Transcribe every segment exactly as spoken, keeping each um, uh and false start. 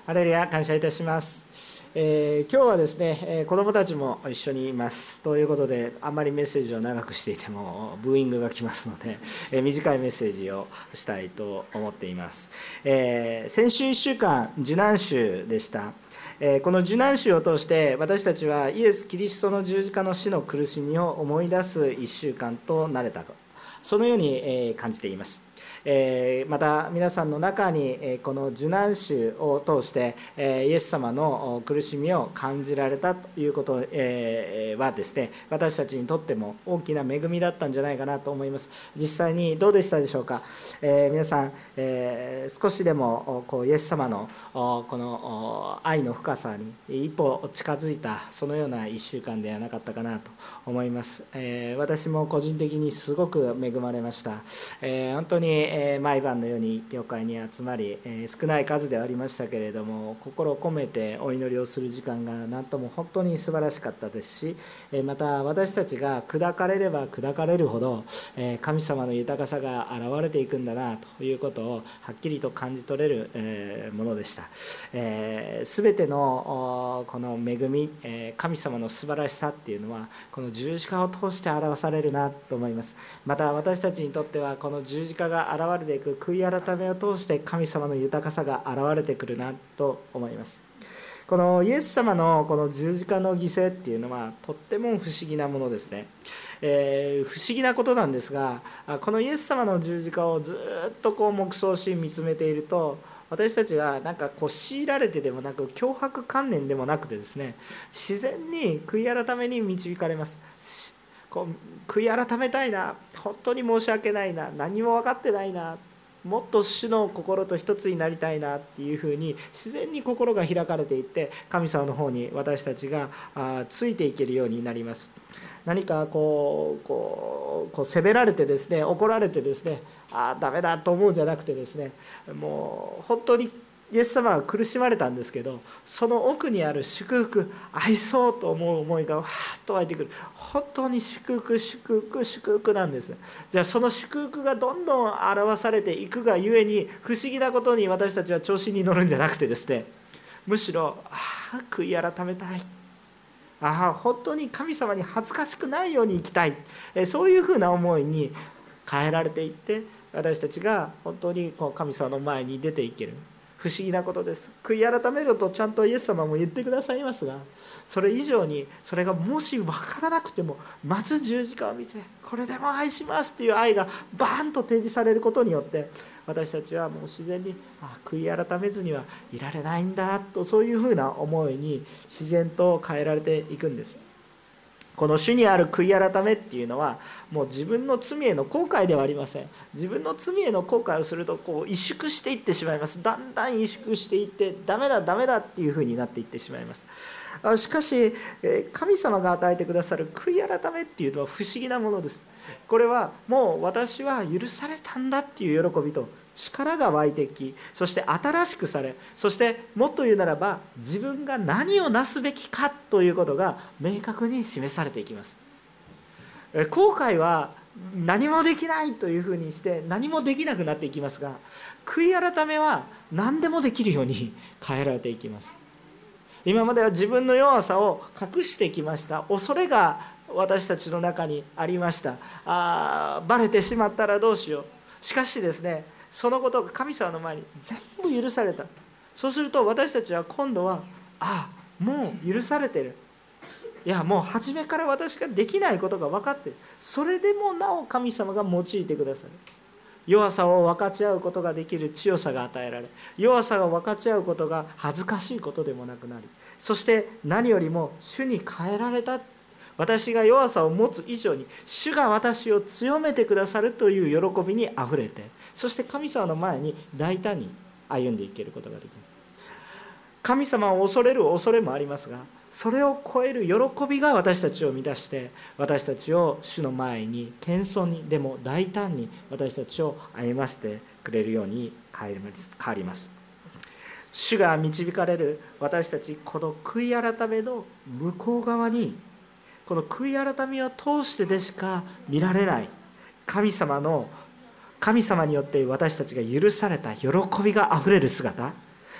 ハレルヤ、感謝いたします。えー、今日はですね、えー、子どもたちも一緒にいます。ということで、あんまりメッセージを長くしていても、ブーイングが来ますので、えー、短いメッセージをしたいと思っています。えー、先週いっしゅうかん、受難週でした。えー、この受難週を通して、私たちはイエス・キリストの十字架の死の苦しみを思い出すいっしゅうかんとなれたと、そのように感じています。また皆さんの中にこの受難週を通してイエス様の苦しみを感じられたということはですね、私たちにとっても大きな恵みだったんじゃないかなと思います。実際にどうでしたでしょうか。皆さん少しでもこうイエス様のこの愛の深さに一歩近づいた、そのようないっしゅうかんではなかったかなと思います。私も個人的にすごく恵まれました。本当に毎晩のように教会に集まり、少ない数ではありましたけれども、心を込めてお祈りをする時間が何とも本当に素晴らしかったですし、また私たちが砕かれれば砕かれるほど神様の豊かさが現れていくんだなということをはっきりと感じ取れるものでした。すべてのこの恵み、神様の素晴らしさっていうのはこの十字架を通して表されるなと思います。また私たちにとってはこの十字架が現れていく悔い改めを通して神様の豊かさが現れてくるなと思います。このイエス様のこの十字架の犠牲っていうのはとっても不思議なものですね。えー、不思議なことなんですが、このイエス様の十字架をずっとこう黙想し見つめていると、私たちはなんかこう強いられてでもなく、脅迫観念でもなくてですね、自然に悔い改めに導かれます。こう悔い改めたいな、本当に申し訳ないな、何も分かってないな、もっと主の心と一つになりたいなっていうふうに自然に心が開かれていって、神様の方に私たちがあついていけるようになります。何かこうこうこう責められてですね、怒られてですね、ああダメだと思うんじゃなくてですね、もう本当にイエス様は苦しまれたんですけど、その奥にある祝福、愛そうと思う思いがわーっと湧いてくる。本当に祝福祝福祝福なんです。じゃあその祝福がどんどん表されていくがゆえに、不思議なことに私たちは調子に乗るんじゃなくてですね、むしろああ悔い改めたい、ああ本当に神様に恥ずかしくないように生きたい、そういうふうな思いに変えられていって、私たちが本当にこう神様の前に出ていける。不思議なことです。悔い改めろとちゃんとイエス様も言ってくださいますが、それ以上にそれがもし分からなくても、まず十字架を見てこれでも愛しますっていう愛がバーンと提示されることによって、私たちはもう自然にあ悔い改めずにはいられないんだと、そういうふうな思いに自然と変えられていくんです。この主にある悔い改めっていうのは、もう自分の罪への後悔ではありません。自分の罪への後悔をするとこう萎縮していってしまいます。だんだん萎縮していって、ダメだダメだっていうふうになっていってしまいます。しかし神様が与えてくださる悔い改めっていうのは不思議なものです。これはもう私は許されたんだっていう喜びと力が湧いてき、そして新しくされ、そしてもっと言うならば自分が何をなすべきかということが明確に示されていきます。後悔は何もできないというふうにして何もできなくなっていきますが、悔い改めは何でもできるように変えられていきます。今までは自分の弱さを隠してきました。恐れが私たちの中にありました。あバレてしまったらどうしよう。しかしですね、そのことが神様の前に全部許された。そうすると私たちは今度はあもう許されてる、いやもう初めから私ができないことが分かっている。それでもなお神様が用いてくださる。弱さを分かち合うことができる強さが与えられ、弱さを分かち合うことが恥ずかしいことでもなくなり、そして何よりも主に変えられた。私が弱さを持つ以上に主が私を強めてくださるという喜びにあふれて、そして神様の前に大胆に歩んでいけることができる。神様を恐れる恐れもありますが、それを超える喜びが私たちを満たして、私たちを主の前に謙遜にでも大胆に私たちを歩ませてくれるように変わります。主が導かれる私たち、この悔い改めの向こう側に、この悔い改めを通してでしか見られない神様の神様によって私たちが許された喜びがあふれる姿、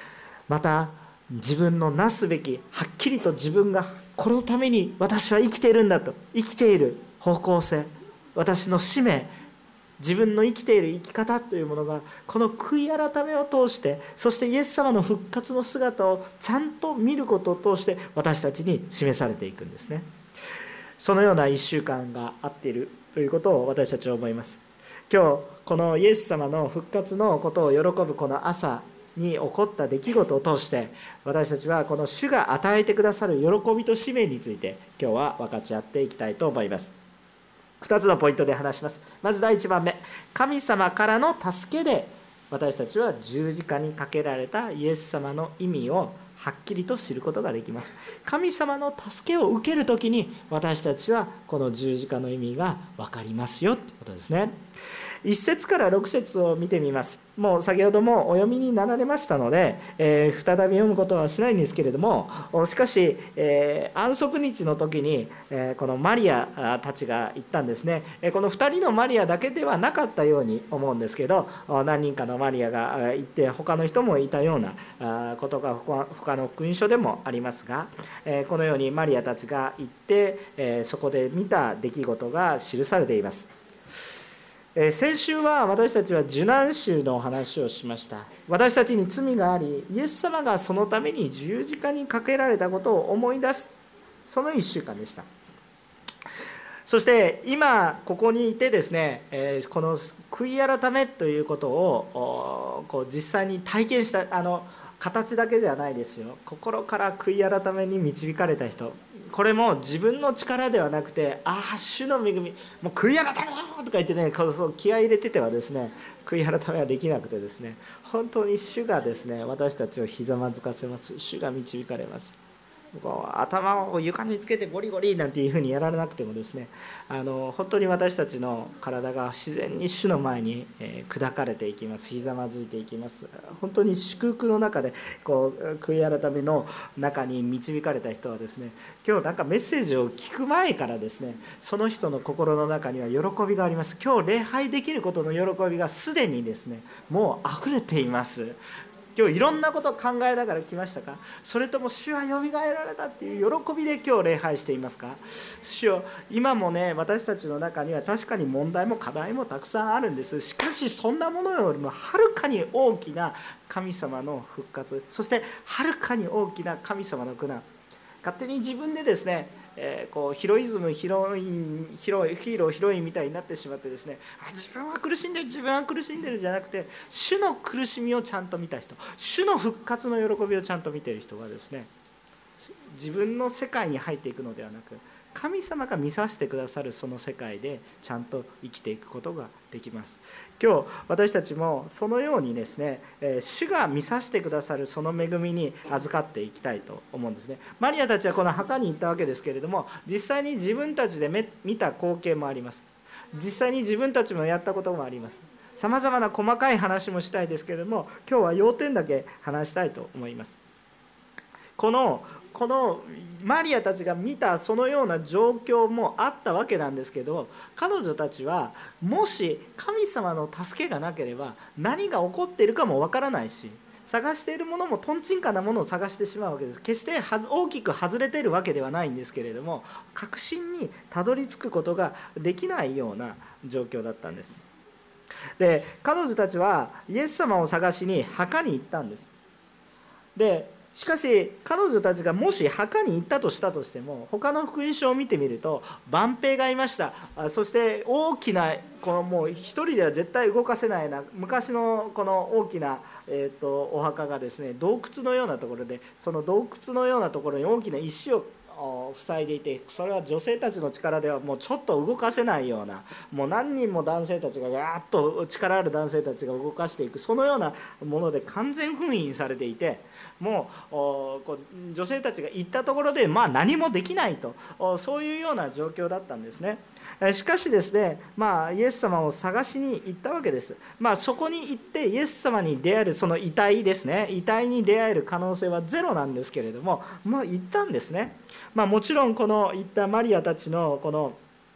また自分のなすべき、はっきりと自分がこのために私は生きているんだと、生きている方向性、私の使命、自分の生きている生き方というものがこの悔い改めを通して、そしてイエス様の復活の姿をちゃんと見ることを通して私たちに示されていくんですね。そのようないっしゅうかんがあっているということを私たちは思います。今日このイエス様の復活のことを喜ぶこの朝に起こった出来事を通して、私たちはこの主が与えてくださる喜びと使命について今日は分かち合っていきたいと思います。ふたつのポイントで話します。まずだいいちばんめ、神様からの助けで私たちは十字架にかけられたイエス様の意味をはっきりと知ることができます。神様の助けを受けるときに私たちはこの十字架の意味が分かりますよということですね。いっ節からろく節を見てみます。もう先ほどもお読みになられましたので、えー、再び読むことはしないんですけれども、しかし、えー、安息日の時に、えー、このマリアたちが行ったんですね。このふたりのマリアだけではなかったように思うんですけど、何人かのマリアが行って他の人もいたようなことが他の福音書でもありますが、このようにマリアたちが行ってそこで見た出来事が記されています。先週は私たちは受難週の話をしました。私たちに罪があり、イエス様がそのために十字架にかけられたことを思い出す、そのいっしゅうかんでした。そして今ここにいてですね、この悔い改めということをこう実際に体験した、あの形だけではないですよ。心から悔い改めに導かれた人、これも自分の力ではなくて、ああ主の恵み、もう悔い改めだとか言ってね、そう気合い入れててはですね、悔い改めはできなくてですね、本当に主がですね、私たちをひざまずかせます。主が導かれます。こう頭を床につけてゴリゴリなんていうふうにやられなくてもですね、あの本当に私たちの体が自然に主の前に、えー、砕かれていきます。ひざまずいていきます。本当に祝福の中でこう悔い改めの中に導かれた人はですね、今日なんかメッセージを聞く前からですね、その人の心の中には喜びがあります。今日礼拝できることの喜びがすでにですね、もう溢れています。今日いろんなことを考えながら来ましたか？それとも主はよみがえられたっていう喜びで今日礼拝していますか？主よ、今もね、私たちの中には確かに問題も課題もたくさんあるんです。しかしそんなものよりもはるかに大きな神様の復活、そしてはるかに大きな神様の苦難、勝手に自分でですね、えー、こうヒロイズムヒロインヒロヒーローヒロインみたいになってしまってですね、あ自分は苦しんでる自分は苦しんでるじゃなくて、主の苦しみをちゃんと見た人、主の復活の喜びをちゃんと見ている人はですね、自分の世界に入っていくのではなく、神様が見させてくださるその世界でちゃんと生きていくことができます。今日私たちもそのようにですね、主が見させてくださるその恵みに預かっていきたいと思うんですね。マリアたちはこの墓に行ったわけですけれども、実際に自分たちで見た光景もあります。実際に自分たちもやったこともあります。さまざまな細かい話もしたいですけれども、今日は要点だけ話したいと思います。このこのマリアたちが見たそのような状況もあったわけなんですけど、彼女たちはもし神様の助けがなければ何が起こっているかもわからないし、探しているものもとんちんかなものを探してしまうわけです。決して大きく外れているわけではないんですけれども、確信にたどり着くことができないような状況だったんです。で、彼女たちはイエス様を探しに墓に行ったんです。でしかし彼女たちがもし墓に行ったとしたとしても、他の福音書を見てみると万兵がいました。そして大きなこのもう一人では絶対動かせないな昔のこの大きな、えー、とお墓がですね、洞窟のようなところで、その洞窟のようなところに大きな石を塞いでいて、それは女性たちの力ではもうちょっと動かせないような、もう何人も男性たちがガーッと力ある男性たちが動かしていく、そのようなもので完全封印されていて、もうこう女性たちが行ったところでまあ何もできないと、そういうような状況だったんですね。しかしですね、まあ、イエス様を探しに行ったわけです。まあ、そこに行ってイエス様に出会える、その遺体ですね、遺体に出会える可能性はゼロなんですけれども、まあ、行ったんですね。まあ、もちろんこの行ったマリアたちのこの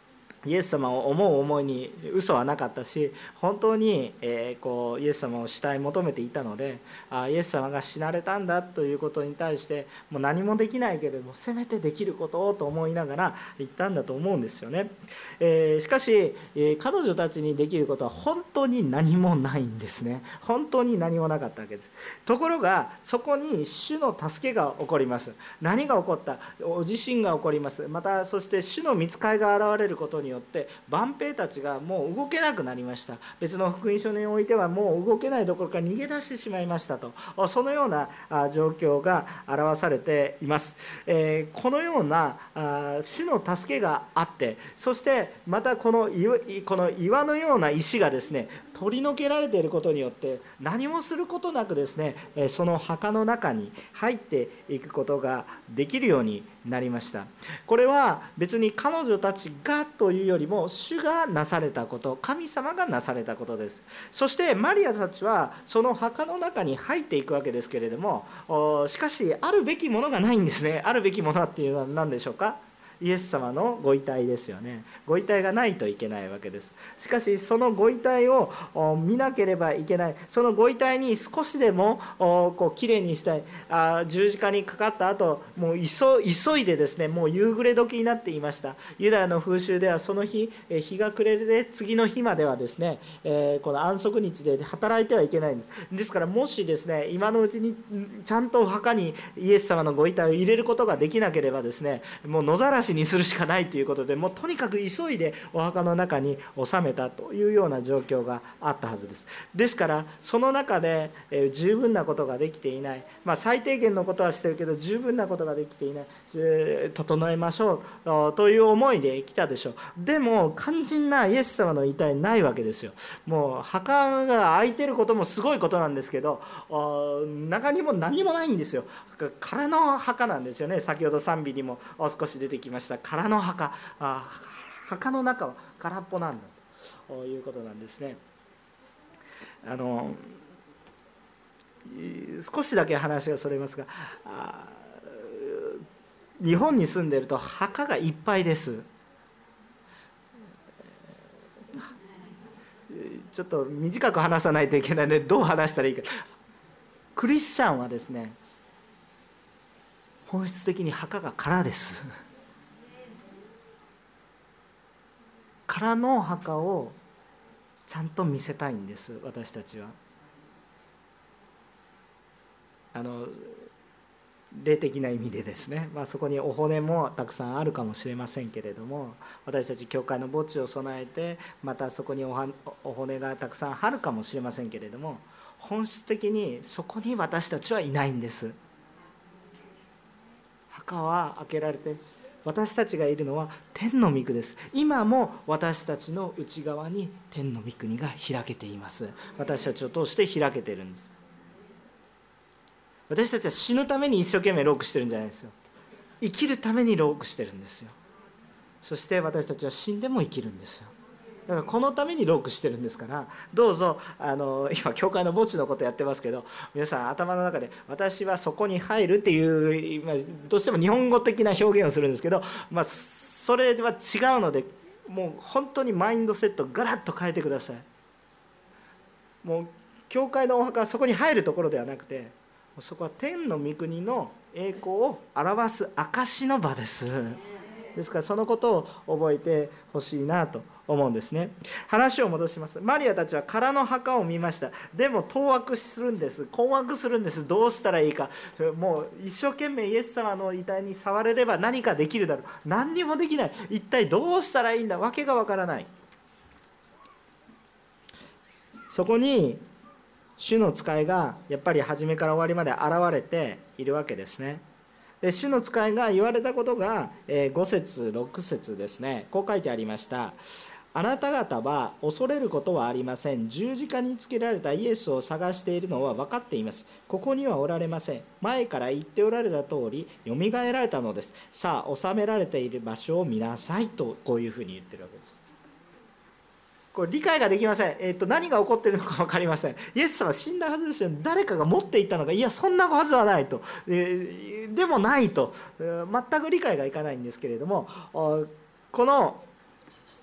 イエス様を思う思いに嘘はなかったし、本当に、えー、こうイエス様を慕い求めていたので、あイエス様が死なれたんだということに対してもう何もできないけれどもせめてできることをと思いながら言ったんだと思うんですよね。えー、しかし、えー、彼女たちにできることは本当に何もないんですね。本当に何もなかったわけです。ところがそこに主の助けが起こります。何が起こった？地震が起こります。またそして主の御使いが現れることによって万兵たちがもう動けなくなりました。別の福音書においてはもう動けないどころか逃げ出してしまいましたと、そのような状況が表されています。えー、このような主の助けがあって、そしてまたこの岩、この岩のような石がですね取り除けられていることによって何もすることなくですねその墓の中に入っていくことができるようになりました。これは別に彼女たちがというよりも主がなされたこと、神様がなされたことです。そしてマリアたちはその墓の中に入っていくわけですけれども、しかしあるべきものがないんですね。あるべきものっていうのは何でしょうか？イエス様のご遺体ですよね。ご遺体がないといけないわけです。しかしそのご遺体を見なければいけない。そのご遺体に少しでもこうきれいにしたい。あ十字架にかかった後もう急いでですね、もう夕暮れ時になっていました。ユダヤの風習ではその日日が暮れて次の日まではですね、えー、この安息日で働いてはいけないんです。ですからもしですね今のうちにちゃんとお墓にイエス様のご遺体を入れることができなければですね、もう野ざらしにするしかないということで、もうとにかく急いでお墓の中に収めたというような状況があったはずです。ですからその中で、えー、十分なことができていない、まあ、最低限のことはしてるけど十分なことができていない、えー、整えましょうという思いで来たでしょう。でも肝心なイエス様の遺体ないわけですよ。もう墓が開いてることもすごいことなんですけど、中にも何もないんですよ。空の墓なんですよね。先ほど賛美にも少し出てきました空の墓、あ墓の中は空っぽなんだということなんですね。あの少しだけ話がそれますが、日本に住んでいると墓がいっぱいです。ちょっと短く話さないといけないのでどう話したらいいか。クリスチャンはですね本質的に墓が空です。空の墓をちゃんと見せたいんです。私たちはあの霊的な意味でですね、まあ、そこにお骨もたくさんあるかもしれませんけれども、私たち教会の墓地を備えてまたそこに お, はお骨がたくさんあるかもしれませんけれども、本質的にそこに私たちはいないんです。墓は開けられて私たちがいるのは天の御国です。今も私たちの内側に天の御国が開けています。私たちを通して開けているんです。私たちは死ぬために一生懸命ロークしてるんじゃないですよ。生きるためにロークしてるんですよ。そして私たちは死んでも生きるんですよ。だからこのためにロークしてるんですから、どうぞあの今教会の墓地のことやってますけど、皆さん頭の中で私はそこに入るっていう、まあ、どうしても日本語的な表現をするんですけど、まあ、それは違うので、もう本当にマインドセットガラッと変えてください。もう教会のお墓はそこに入るところではなくて、そこは天の御国の栄光を表す証の場です。ですからそのことを覚えてほしいなと思うんですね。話を戻します。マリアたちは空の墓を見ました。でも当惑するんです。困惑するんです。どうしたらいいか。もう一生懸命イエス様の遺体に触れれば何かできるだろう。何にもできない。一体どうしたらいいんだ。わけがわからない。そこに主の使いがやっぱり初めから終わりまで現れているわけですね。で主の使いが言われたことがご節ろく節ですね。こう書いてありました。あなた方は恐れることはありません。十字架につけられたイエスを探しているのは分かっています。ここにはおられません。前から言っておられた通りよみがえられたのです。さあ収められている場所を見なさいと、こういうふうに言ってるわけです。これ理解ができません。えー、と何が起こっているのか分かりません。イエス様は死んだはずですよ。誰かが持っていったのか、いやそんなはずはないと、えー、でもないと、えー、全く理解がいかないんですけれども、この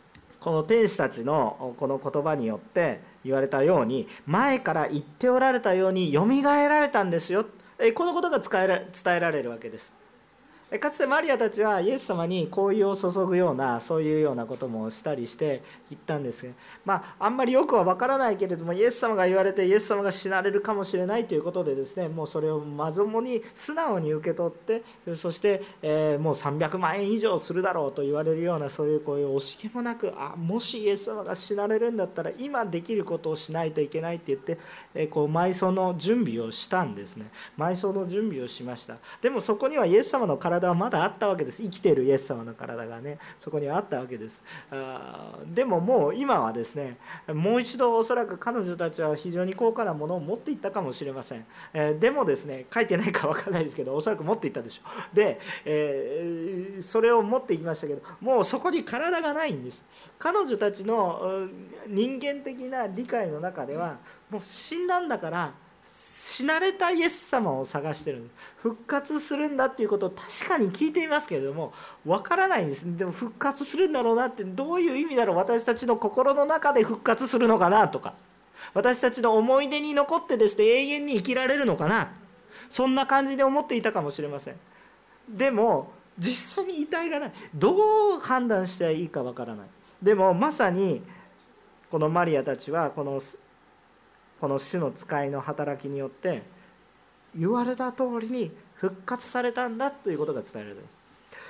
この天使たちのこの言葉によって言われたように、前から言っておられたようによみがえられたんですよ、このことが伝えら伝えられるわけです。かつてマリアたちはイエス様に香油を注ぐような、そういうようなこともしたりして言ったんですが、まああんまりよくは分からないけれども、イエス様が言われてイエス様が死なれるかもしれないということでですね、もうそれをまぞもに素直に受け取って、そして、えー、もうさんびゃくまんえん以上するだろうと言われるような、そういうこういう惜しげもなく、あもしイエス様が死なれるんだったら今できることをしないといけないって言って、えー、こう埋葬の準備をしたんですね。埋葬の準備をしました。でもそこにはイエス様の体はまだあったわけです。生きているイエス様の体がね、そこにはあったわけです。あでももう今はですね、もう一度おそらく彼女たちは非常に高価なものを持っていったかもしれません。えー、でもですね、書いてないか分からないですけど、おそらく持っていったでしょう。で、えー、それを持っていきましたけど、もうそこに体がないんです。彼女たちの人間的な理解の中では、もう死んだんだから死なれたイエス様を探してるんです。復活するんだっていうことを確かに聞いていますけれども、わからないんですね。でも復活するんだろうなって、どういう意味だろう、私たちの心の中で復活するのかなとか、私たちの思い出に残ってですね、永遠に生きられるのかな、そんな感じで思っていたかもしれません。でも実際に遺体がない、どう判断していいかわからない。でもまさにこのマリアたちはこのこの主の使いの働きによって言われた通りに復活されたんだということが伝えられています。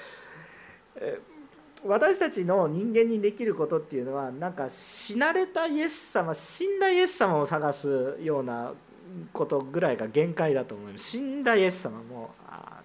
私たちの人間にできることっていうのは、なんか死なれたイエス様、死んだイエス様を探すようなことぐらいが限界だと思います。死んだイエス様もあ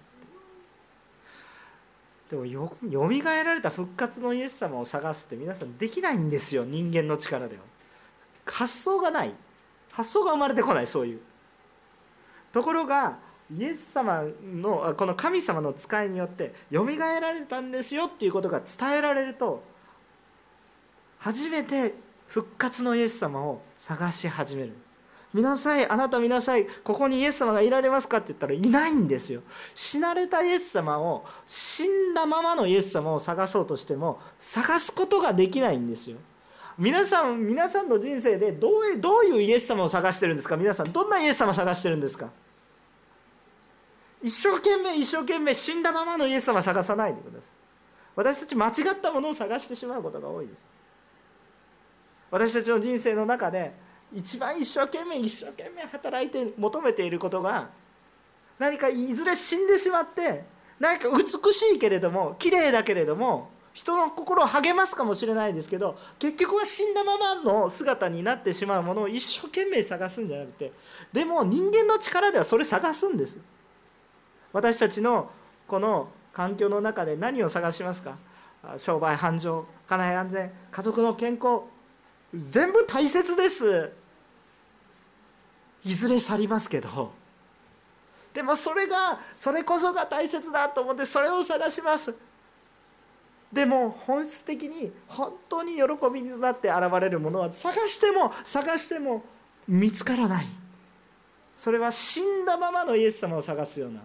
でもよよみがえられた復活のイエス様を探すって皆さんできないんですよ、人間の力では。発想がない、発想が生まれてこない。そういうところがイエス様のこの神様の使いによってよみがえられたんですよっていうことが伝えられると、初めて復活のイエス様を探し始める。見なさい、あなた見なさい、ここにイエス様がいられますかって言ったらいないんですよ。死なれたイエス様を、死んだままのイエス様を探そうとしても探すことができないんですよ。皆さん皆さんの人生でどういう、どういうイエス様を探してるんですか。皆さんどんなイエス様を探してるんですか。一生懸命一生懸命死んだままのイエス様を探さないでください。私たち間違ったものを探してしまうことが多いです。私たちの人生の中で一番一生懸命一生懸命働いて求めていることが、何かいずれ死んでしまって何か美しいけれども綺麗だけれども人の心を励ますかもしれないですけど、結局は死んだままの姿になってしまうものを一生懸命探すんじゃなくて、でも人間の力ではそれ探すんです。私たちのこの環境の中で何を探しますか。商売繁盛、家内安全、家族の健康、全部大切です。いずれ去りますけど、でもそれがそれこそが大切だと思ってそれを探します。でも本質的に本当に喜びになって現れるものは探しても探しても見つからない。それは死んだままのイエス様を探すような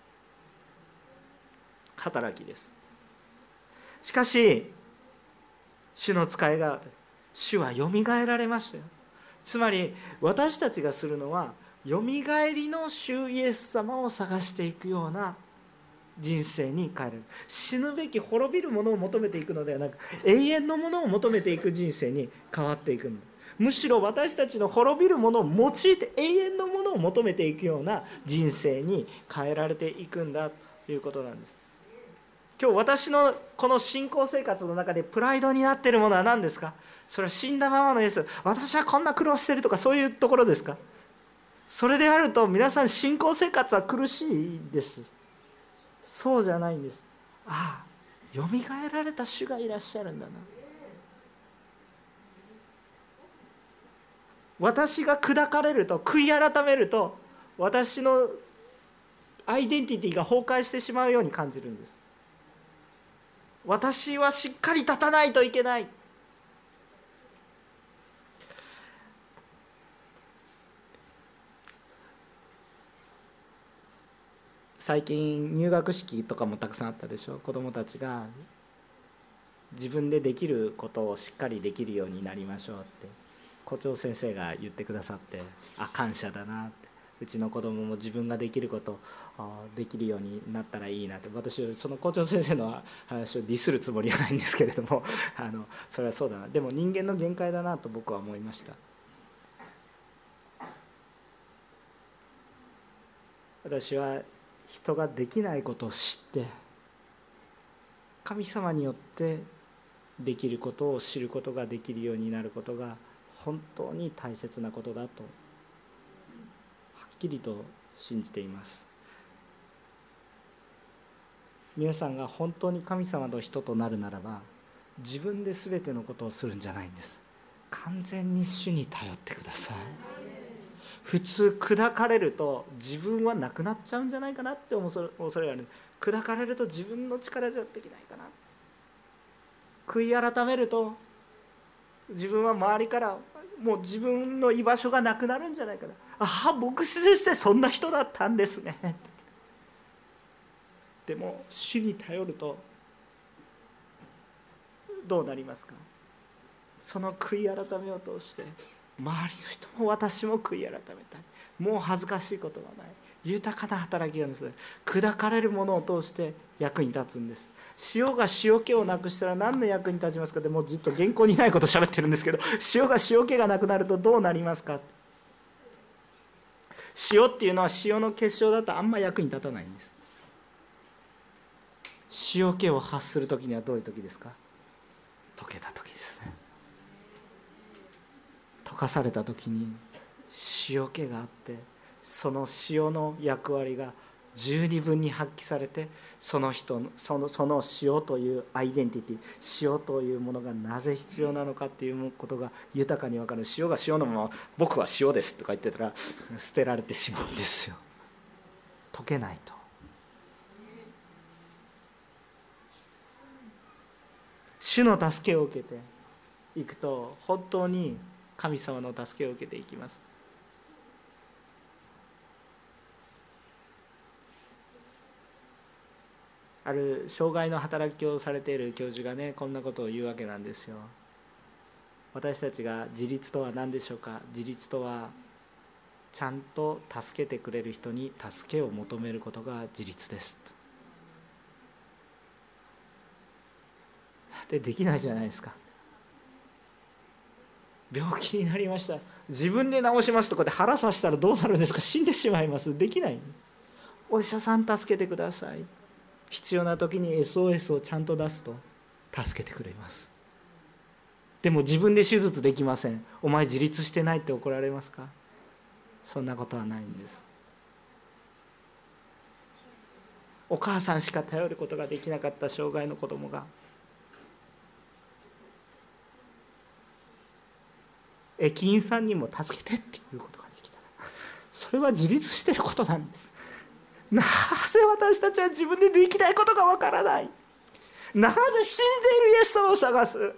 働きです。しかし主の使いが、主はよみがえられましたよ。つまり私たちがするのはよみがえりの主イエス様を探していくような人生に変える。死ぬべき滅びるものを求めていくのではなく、永遠のものを求めていく人生に変わっていくんだ。むしろ私たちの滅びるものを用いて永遠のものを求めていくような人生に変えられていくんだということなんです。今日私のこの信仰生活の中でプライドになっているものは何ですか。それは死んだままのイエス、私はこんな苦労しているとかそういうところですか。それであると皆さん信仰生活は苦しいです。そうじゃないんです。ああ、よみがえられた主がいらっしゃるんだな。私が砕かれると、悔い改めると、私のアイデンティティが崩壊してしまうように感じるんです。私はしっかり立たないといけない。最近入学式とかもたくさんあったでしょ。子どもたちが自分でできることをしっかりできるようになりましょうって校長先生が言ってくださって、あ、感謝だなって、うちの子供も自分ができることできるようになったらいいなって、私その校長先生の話をディスるつもりはないんですけれどもあのそれはそうだな、でも人間の限界だなと僕は思いました。私は人ができないことを知って、神様によってできることを知ることができるようになることが本当に大切なことだとはっきりと信じています。皆さんが本当に神様の人となるならば、自分で全てのことをするんじゃないんです。完全に主に頼ってください。普通砕かれると自分はなくなっちゃうんじゃないかなって思う恐れがある。砕かれると自分の力じゃできないかな、悔い改めると自分は周りからもう自分の居場所がなくなるんじゃないかな、ああ僕先生そんな人だったんですね。でも主に頼るとどうなりますか。その悔い改めを通して周りの人も私も悔い改めたい、もう恥ずかしいことはない、豊かな働きがです、砕かれるものを通して役に立つんです。塩が塩気をなくしたら何の役に立ちますかって、もうずっと原稿にないこと喋ってるんですけど、塩が塩気がなくなるとどうなりますか。塩っていうのは塩の結晶だとあんま役に立たないんです。塩気を発するときにはどういう時ですか。溶けた時ですね。溶かされた時に塩気があって、その塩の役割が十二分に発揮されて、その人のそのその塩というアイデンティティ、塩というものがなぜ必要なのかっていうことが豊かに分かる。塩が塩のまま僕は塩ですとか言ってたら捨てられてしまうんですよ。溶けないと。主の助けを受けていくと本当に神様の助けを受けていきます。ある障害の働きをされている教授がね、こんなことを言うわけなんですよ。私たちが自立とは何でしょうか。自立とはちゃんと助けてくれる人に助けを求めることが自立ですと。でできないじゃないですか。病気になりました、自分で治しますとかで腹刺したらどうなるんですか。死んでしまいます。できない。お医者さん助けてください。必要な時に エスオーエス をちゃんと出すと助けてくれます。でも自分で手術できません。お前自立してないって怒られますか。そんなことはないんです。お母さんしか頼ることができなかった障害の子供が駅員さんにも助けてっていうことができたら、それは自立していることなんです。なぜ私たちは自分でできないことがわからない。なぜ死んでいるイエス様を探す。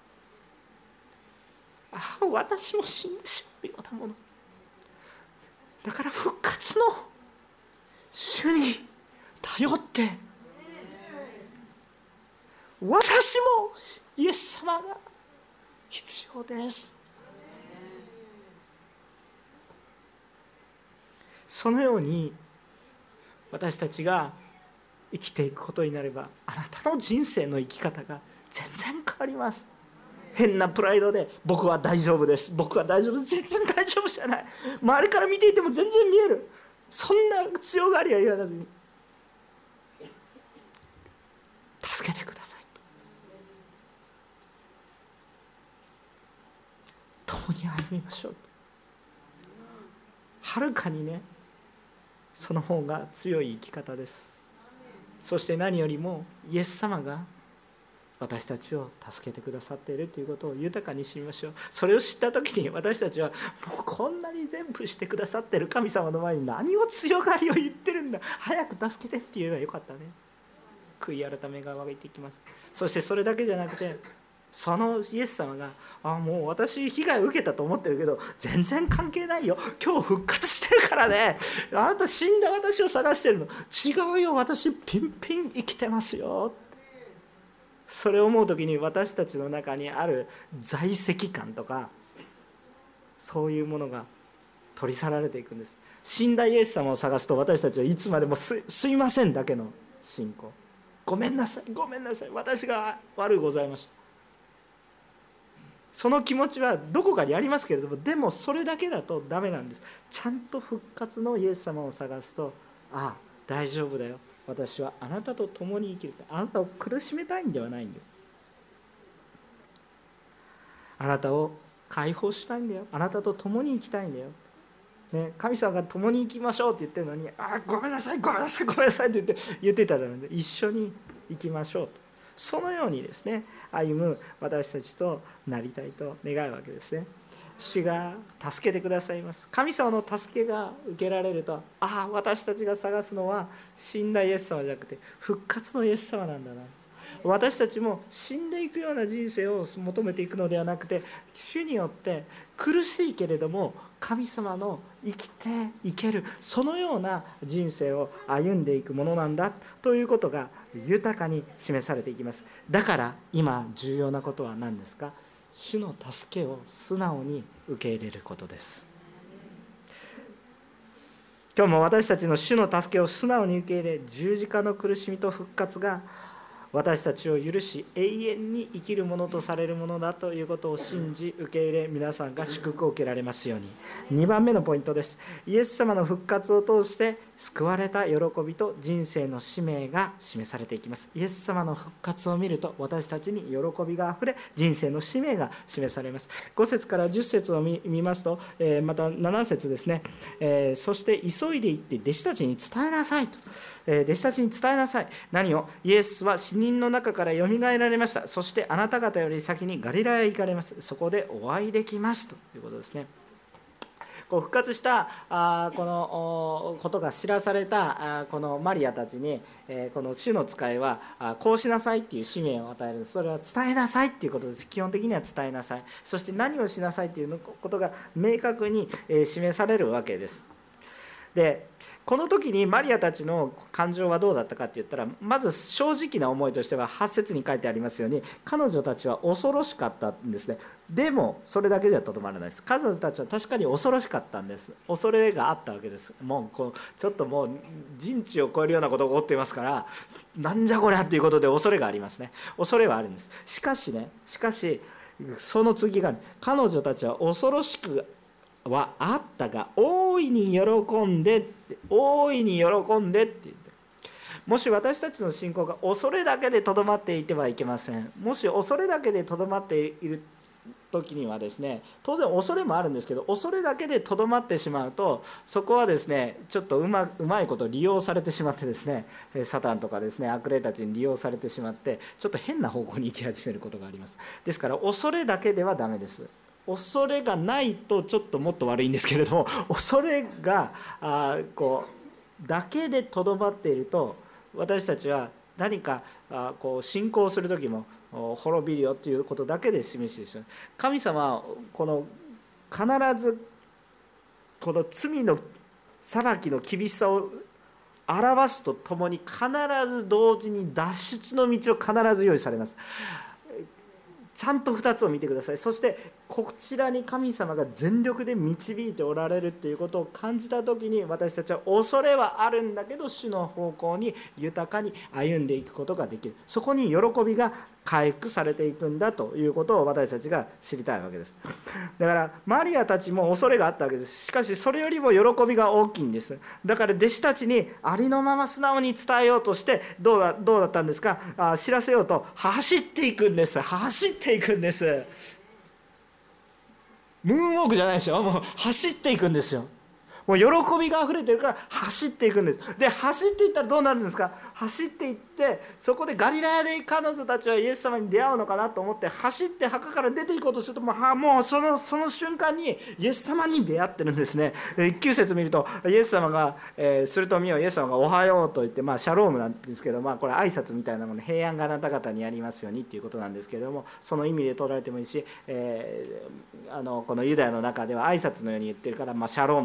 ああ、私も死んでしまうようなものだから、復活の主に頼って私もイエス様が必要です。そのように私たちが生きていくことになれば、あなたの人生の生き方が全然変わります。変なプライドで僕は大丈夫です、僕は大丈夫です、全然大丈夫じゃない。周りから見ていても全然見える。そんな強がりは言わずに、助けてくださいと、共に歩みましょうと。はるかにね、その方が強い生き方です。そして何よりもイエス様が私たちを助けてくださっているということを豊かに知りましょう。それを知った時に私たちはもうこんなに全部してくださっている神様の前に何を強がりを言ってるんだ、早く助けてって言えばよかったね。悔い改めが湧いてきます。そしてそれだけじゃなくて、そのイエス様があもう私被害を受けたと思ってるけど全然関係ないよ、今日復活してるからね、あなた死んだ私を探してるの違うよ、私ピンピン生きてますよ。 それを思う時に私たちの中にある在籍感とかそういうものが取り去られていくんです。死んだイエス様を探すと私たちはいつまでも す, すいませんだけの信仰、ごめんなさいごめんなさい私が悪うございました、その気持ちはどこかにありますけれども、でもそれだけだとダメなんです。ちゃんと復活のイエス様を探すと、ああ大丈夫だよ、私はあなたと共に生きる、あなたを苦しめたいんではないんだよ、あなたを解放したいんだよ、あなたと共に生きたいんだよ、ね、神様が共に生きましょうって言ってるのに、ああごめんなさいごめんなさいごめんなさいって言って言ってたので、一緒に生きましょうと、そのようにですね歩む私たちとなりたいと願うわけですね。主が助けてくださいます。神様の助けが受けられると、ああ私たちが探すのは死んだイエス様じゃなくて復活のイエス様なんだな、私たちも死んでいくような人生を求めていくのではなくて、主によって苦しいけれども神様の生きていける、そのような人生を歩んでいくものなんだということが豊かに示されていきます。だから今重要なことは何ですか？主の助けを素直に受け入れることです。今日も私たちの主の助けを素直に受け入れ、十字架の苦しみと復活が私たちを許し永遠に生きるものとされるものだということを信じ受け入れ、皆さんが祝福を受けられますように。にばんめのポイントです。イエス様の復活を通して救われた喜びと人生の使命が示されていきます。イエス様の復活を見ると私たちに喜びがあふれ、人生の使命が示されます。ご節からじゅっ節を 見, 見ますと、えー、またなな節ですね、えー、そして急いで行って弟子たちに伝えなさいと、えー、弟子たちに伝えなさい。何を？イエスは死人の中からよみがえられました。そしてあなた方より先にガリラヤへ行かれます。そこでお会いできますということですね。こう復活したあこのことが知らされたあこのマリアたちに、えー、この主の使いはあこうしなさいっていう使命を与える。それは伝えなさいっていうことです。基本的には伝えなさい。そして何をしなさいっていうことが明確に、えー、示されるわけです。でこの時にマリアたちの感情はどうだったかって言ったら、まず正直な思いとしてははち節に書いてありますように、彼女たちは恐ろしかったんですね。でもそれだけではとどまらないです。彼女たちは確かに恐ろしかったんです。恐れがあったわけです。もうこうちょっともう人知を超えるようなことが起こっていますから、なんじゃこりゃということで恐れがありますね。恐れはあるんです。しかしねしかしその次が、彼女たちは恐ろしくはあったが大いに喜んでって大いに喜んでって言って、もし私たちの信仰が恐れだけでとどまっていてはいけません。もし恐れだけでとどまっている時にはですね、当然恐れもあるんですけど、恐れだけでとどまってしまうと、そこはですねちょっとうまうまいこと利用されてしまってですね、サタンとかですね悪霊たちに利用されてしまって、ちょっと変な方向に行き始めることがあります。ですから恐れだけではダメです。恐れがないとちょっともっと悪いんですけれども、恐れがあこうだけでとどまっていると、私たちは何かあこう信仰する時も滅びるよということだけで示してしまう。神様はこの必ずこの罪の裁きの厳しさを表すとともに、必ず同時に脱出の道を必ず用意されます。ちゃんとふたつを見てください。そしてこちらに神様が全力で導いておられるということを感じた時に、私たちは恐れはあるんだけど主の方向に豊かに歩んでいくことができる。そこに喜びが回復されていくんだということを私たちが知りたいわけです。だからマリアたちも恐れがあったわけです。しかしそれよりも喜びが大きいんです。だから弟子たちにありのまま素直に伝えようとして、どうだ、どうだったんですか？あ知らせようと走っていくんです。走っていくんです。ムーンウォークじゃないですよ。もう走っていくんですよ。もう喜びがあふれてるから走っていくんです。で走っていったらどうなるんですか？走っていって、そこでガリラヤで彼女たちはイエス様に出会うのかなと思って走って墓から出ていこうとすると、もう、もうそのその瞬間にイエス様に出会ってるんですね。きゅう節見ると、イエス様が、えー、すると見よイエス様がおはようと言って、まあシャロームなんですけど、まあこれ挨拶みたいなもの、平安があなた方にありますようにっていうことなんですけれども、その意味で取られてもいいし、えー、あのこのユダヤの中では挨拶のように言ってるから、まあ、シャロームという約束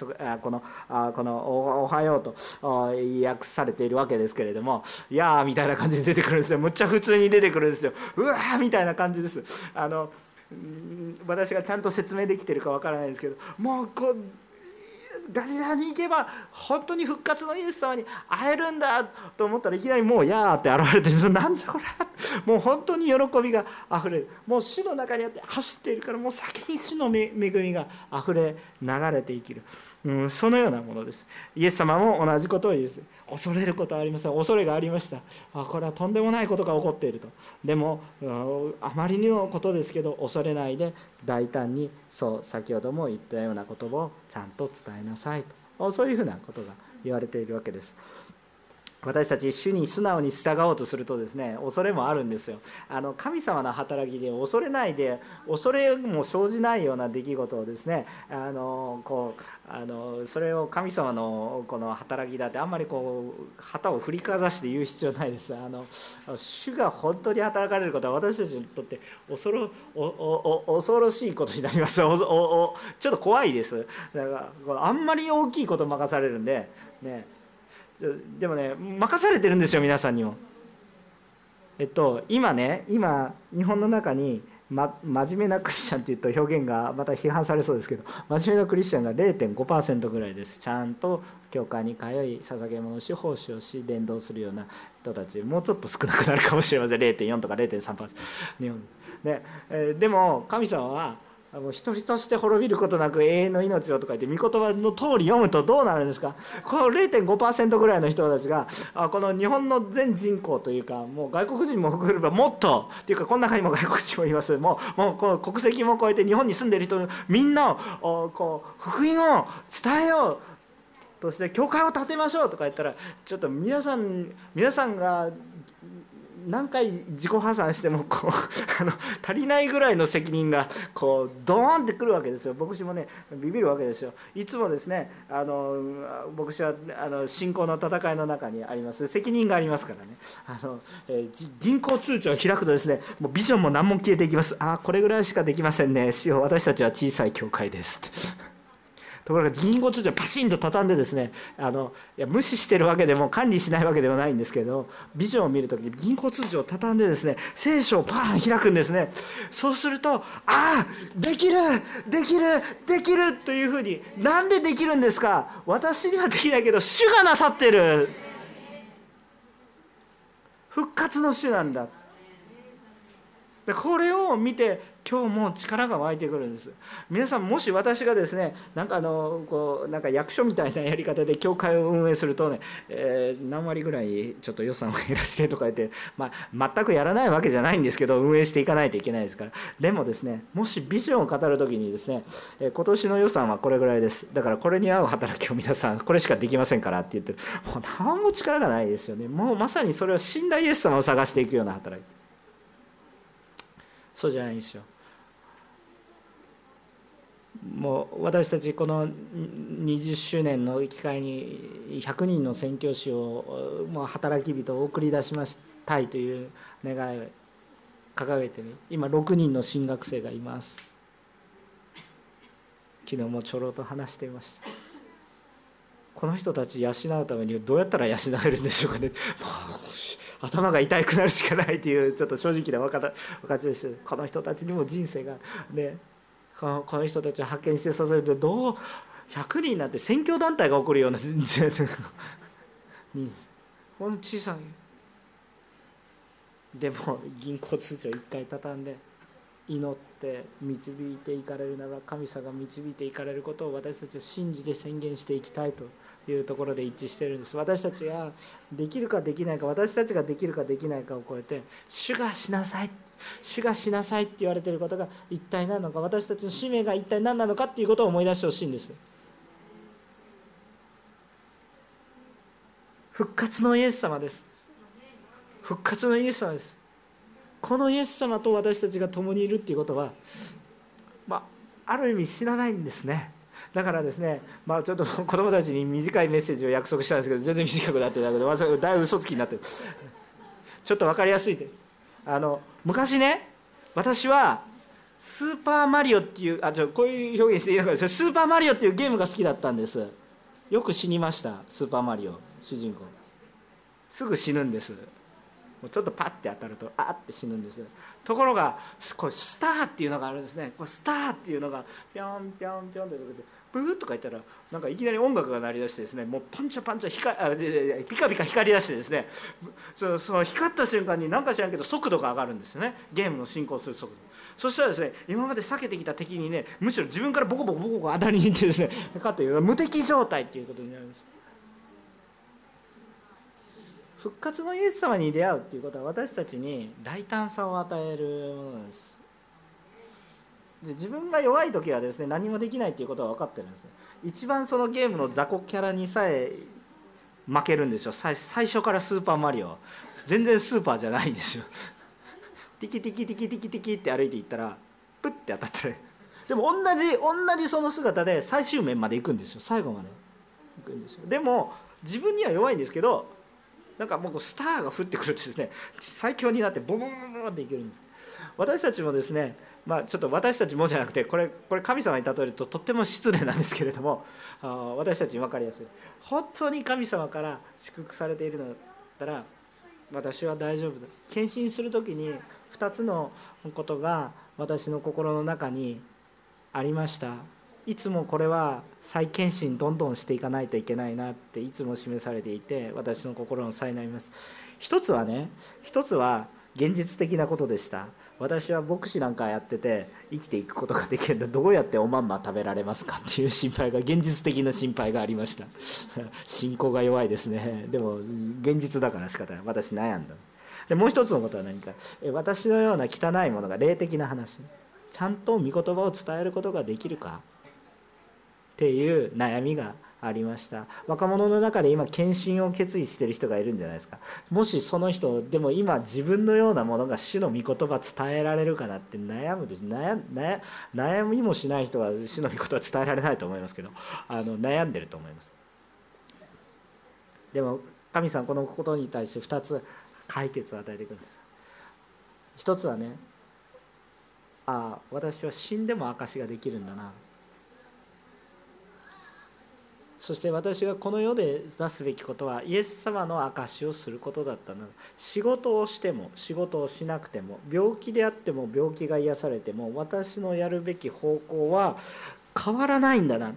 このこのおはようと訳されているわけですけれども、いやーみたいな感じで出てくるんですよ。むっちゃ普通に出てくるんですよ。うわーみたいな感じです。あの私がちゃんと説明できてるかわからないですけど、もうこうガリラに行けば本当に復活のイエス様に会えるんだと思ったら、いきなりもう「やー」って現れてるんです。なんじゃこれ、もう本当に喜びがあふれる。もう主の中にあって走っているから、もう先に主の恵みがあふれ流れて生きる、うん、そのようなものです。イエス様も同じことを言うんです。恐れることはありません。恐れがありました。あ、これはとんでもないことが起こっていると。でもあまりにもことですけど、恐れないで大胆に、そう先ほども言ったような言葉をちゃんと伝えなさいと、そういうふうなことが言われているわけです。私たち主に素直に従おうとするとですね、恐れもあるんですよ。あの神様の働きで恐れないで、恐れも生じないような出来事をですね、あのこうあのそれを神様のこの働きだってあんまりこう旗を振りかざして言う必要ないです。あの主が本当に働かれることは私たちにとって恐ろおおお恐ろしいことになります。おおおちょっと怖いです。だからあんまり大きいこと任されるんでね。でもね、任されてるんですよ、皆さんにも。えっと今ね、今日本の中に、ま、真面目なクリスチャンっていうと表現がまた批判されそうですけど、真面目なクリスチャンが れいてんごパーセント ぐらいです。ちゃんと教会に通い、捧げ物をし、奉仕をし、伝道するような人たち、もうちょっと少なくなるかもしれません。 れいてんよん とか れいてんさんパーセント 日本で、えー、でも神様はもう一人として滅びることなく永遠の命をとか言って御言葉の通り読むとどうなるんですか。この れいてんごパーセント ぐらいの人たちがこの日本の全人口というか、もう外国人も含めればもっとっていうか、この中にも外国人もいます。もうもうこの国籍も超えて日本に住んでいる人みんなをこう福音を伝えようとして教会を建てましょうとか言ったら、ちょっと皆さん皆さんが何回自己破産してもこうあの足りないぐらいの責任がこうドーンってくるわけですよ。牧師もねビビるわけですよ。いつもですね、あの牧師はあの信仰の戦いの中にあります。責任がありますからね。あの、えー、銀行通帳を開くとですね、もうビジョンも何も消えていきます。ああこれぐらいしかできませんね、主よ私たちは小さい教会ですってところが銀行通帳をパチンと畳んでですね、あのいや無視してるわけでも管理しないわけではないんですけど、ビジョンを見るときに銀行通帳を畳んでですね、聖書をパーン開くんですね。そうすると、ああできるできるできるというふうに、なんでできるんですか。私にはできないけど主がなさってる、復活の主なんだ。でこれを見て今日も力が湧いてくるんです。皆さんもし私がですね、なんかあのこうなんか役所みたいなやり方で教会を運営するとね、えー、何割ぐらいちょっと予算を減らしてとか言って、まあ、全くやらないわけじゃないんですけど、運営していかないといけないですから。でもですね、もしビジョンを語るときにですね、えー、今年の予算はこれぐらいです、だからこれに合う働きを皆さんこれしかできませんからって言ってる、もう何も力がないですよね。もうまさにそれは死んだイエス様を探していくような働き、そうじゃないんですよ。もう私たちこのにじゅっしゅうねんの機会にひゃくにんの宣教師を、もう働き人を送り出しましたいという願いを掲げてね、今ろくにんの新学生がいます。昨日もちょろっと話していました。この人たち養うためにどうやったら養えるんでしょうかね。頭が痛くなるしかないというちょっと正直な分かちです。この人たちにも人生がね、このこの人たちを派遣してさせると、どうひゃくにんなんて宣教団体が起こるような人数、この小さいでも銀行通帳一回畳んで祈って導いていかれるなら、神様が導いていかれることを私たちは信じて宣言していきたいというところで一致しているんです。私たちができるかできないか、私たちができるかできないかを超えて、主がしなさい、主がしなさいって言われていることが一体何なのか、私たちの使命が一体何なのかっていうことを思い出してほしいんです。復活のイエス様です。復活のイエス様です。このイエス様と私たちが共にいるっていうことは、まあ、ある意味知らないんですね。だからですね、まあ、ちょっと子どもたちに短いメッセージを約束したんですけど、全然短くなってたけど、私はだいぶ嘘つきになってる。ちょっと分かりやすいで、あの昔ね、私はスーパーマリオっていう、あ、ちょこういう表現していいのかです。スーパーマリオっていうゲームが好きだったんです。よく死にました。スーパーマリオ主人公すぐ死ぬんです。もうちょっとパッて当たるとあって死ぬんです。ところがこうスターっていうのがあるんですね。こうスターっていうのがピョンピョンピョンってブーッとか言ったらなんかいきなり音楽が鳴り出してですね、もうパンチャパンチャ光あでピカピカ光り出してですね、そその光った瞬間に何か知らんけど速度が上がるんですよね。ゲームの進行する速度。そしたらですね、今まで避けてきた敵にね、むしろ自分からボコボコボコボコ当たりに行ってですね、かという無敵状態ということになるんです。復活のイエス様に出会うということは私たちに大胆さを与えるものなんです。で自分が弱い時はですね、何もできないということは分かってるんです。一番そのゲームの雑魚キャラにさえ負けるんですよ。最初からスーパーマリオ全然スーパーじゃないんですよ。ティキティキティキティキティキって歩いていったらプッて当たったら、でも同じ同じその姿で最終面まで行くんですよ。最後まで行くんですよ。でも自分には弱いんですけど、なんかもうスターが降ってくるとですね、最強になってボボボボボっていけるんです。私たちもですね、まあ、ちょっと私たちもじゃなくてこれこれ神様に例えるととっても失礼なんですけれども、あ私たちに分かりやすい。本当に神様から祝福されているのだったら私は大丈夫だ。献身する時にふたつのことが私の心の中にありました。いつもこれは再献身どんどんしていかないといけないなっていつも示されていて、私の心の際になります。一つはね、一つは現実的なことでした。私は牧師なんかやってて生きていくことができるので、どうやっておまんま食べられますかっていう心配が、現実的な心配がありました。信仰が弱いですね。でも現実だから仕方ない。私悩んだ。でもう一つのことは何か、私のような汚いものが霊的な話、ちゃんと御言葉を伝えることができるかっていう悩みがありました。若者の中で今献身を決意している人がいるんじゃないですか。もしその人でも今自分のようなものが主の御言葉伝えられるかなって悩むです。悩悩悩みもしない人は主の御言葉伝えられないと思いますけど、あの悩んでると思います。でも神様このことに対してふたつ解決を与えてください。一つはね、ああ私は死んでも証しができるんだな、そして私がこの世でなすべきことはイエス様の証しをすることだったな。仕事をしても仕事をしなくても、病気であっても病気が癒されても、私のやるべき方向は変わらないんだな。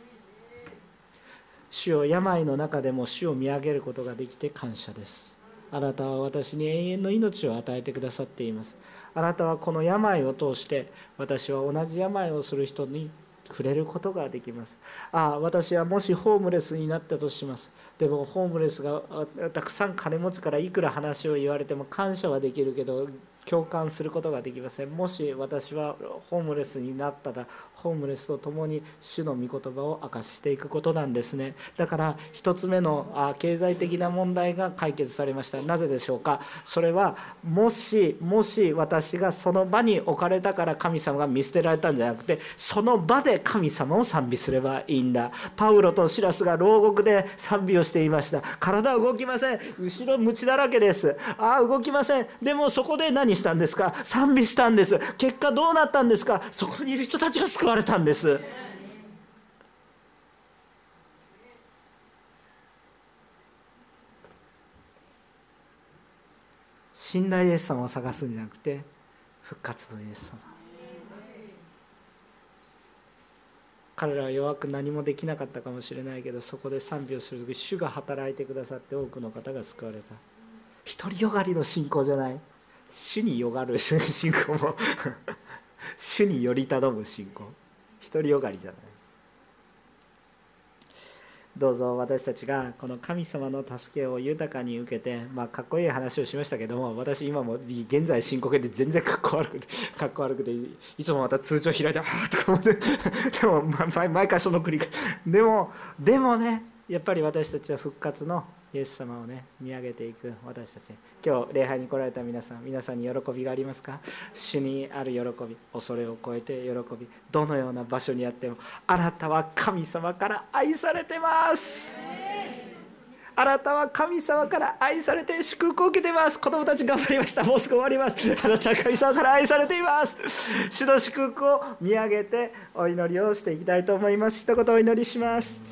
主よ、病の中でも主を見上げることができて感謝です。あなたは私に永遠の命を与えてくださっています。あなたはこの病を通して私は同じ病をする人に触れることができます。ああ私はもしホームレスになったとします。でもホームレスがたくさん金持ちからいくら話を言われても感謝はできるけど共感することができません。もし私はホームレスになったらホームレスと共に主の御言葉を明かしていくことなんですね。だから一つ目の経済的な問題が解決されました。なぜでしょうか。それはもしもし私がその場に置かれたから神様が見捨てられたんじゃなくて、その場で神様を賛美すればいいんだ。パウロとシラスが牢獄で賛美をしていました。体は動きません。後ろムチだらけです。ああ動きません。でもそこで何したんですか。賛美したんです。結果どうなったんですか。そこにいる人たちが救われたんです。死んだイエス様を探すんじゃなくて復活のイエス様。彼らは弱く何もできなかったかもしれないけど、そこで賛美をするとき主が働いてくださって多くの方が救われた。独りよがりの信仰じゃない、主によがる信仰も主により頼む信仰、独りよがりじゃない。どうぞ私たちがこの神様の助けを豊かに受けて、まあ、かっこいい話をしましたけども、私今も現在進行形で全然かっこ悪くてかっこ悪くていつもまた通帳開いてああとか思ってでも毎回その繰り返しでもでもね、やっぱり私たちは復活のイエス様をね見上げていく私たち。今日礼拝に来られた皆さん、皆さんに喜びがありますか。主にある喜び、恐れを超えて喜び、どのような場所にあってもあなたは神様から愛されてます。 あなたは神様から愛されて祝福を受けています。子供たち頑張りました。もうすぐ終わります。あなたは神様から愛されています。主の祝福を見上げてお祈りをしていきたいと思います。一言お祈りします。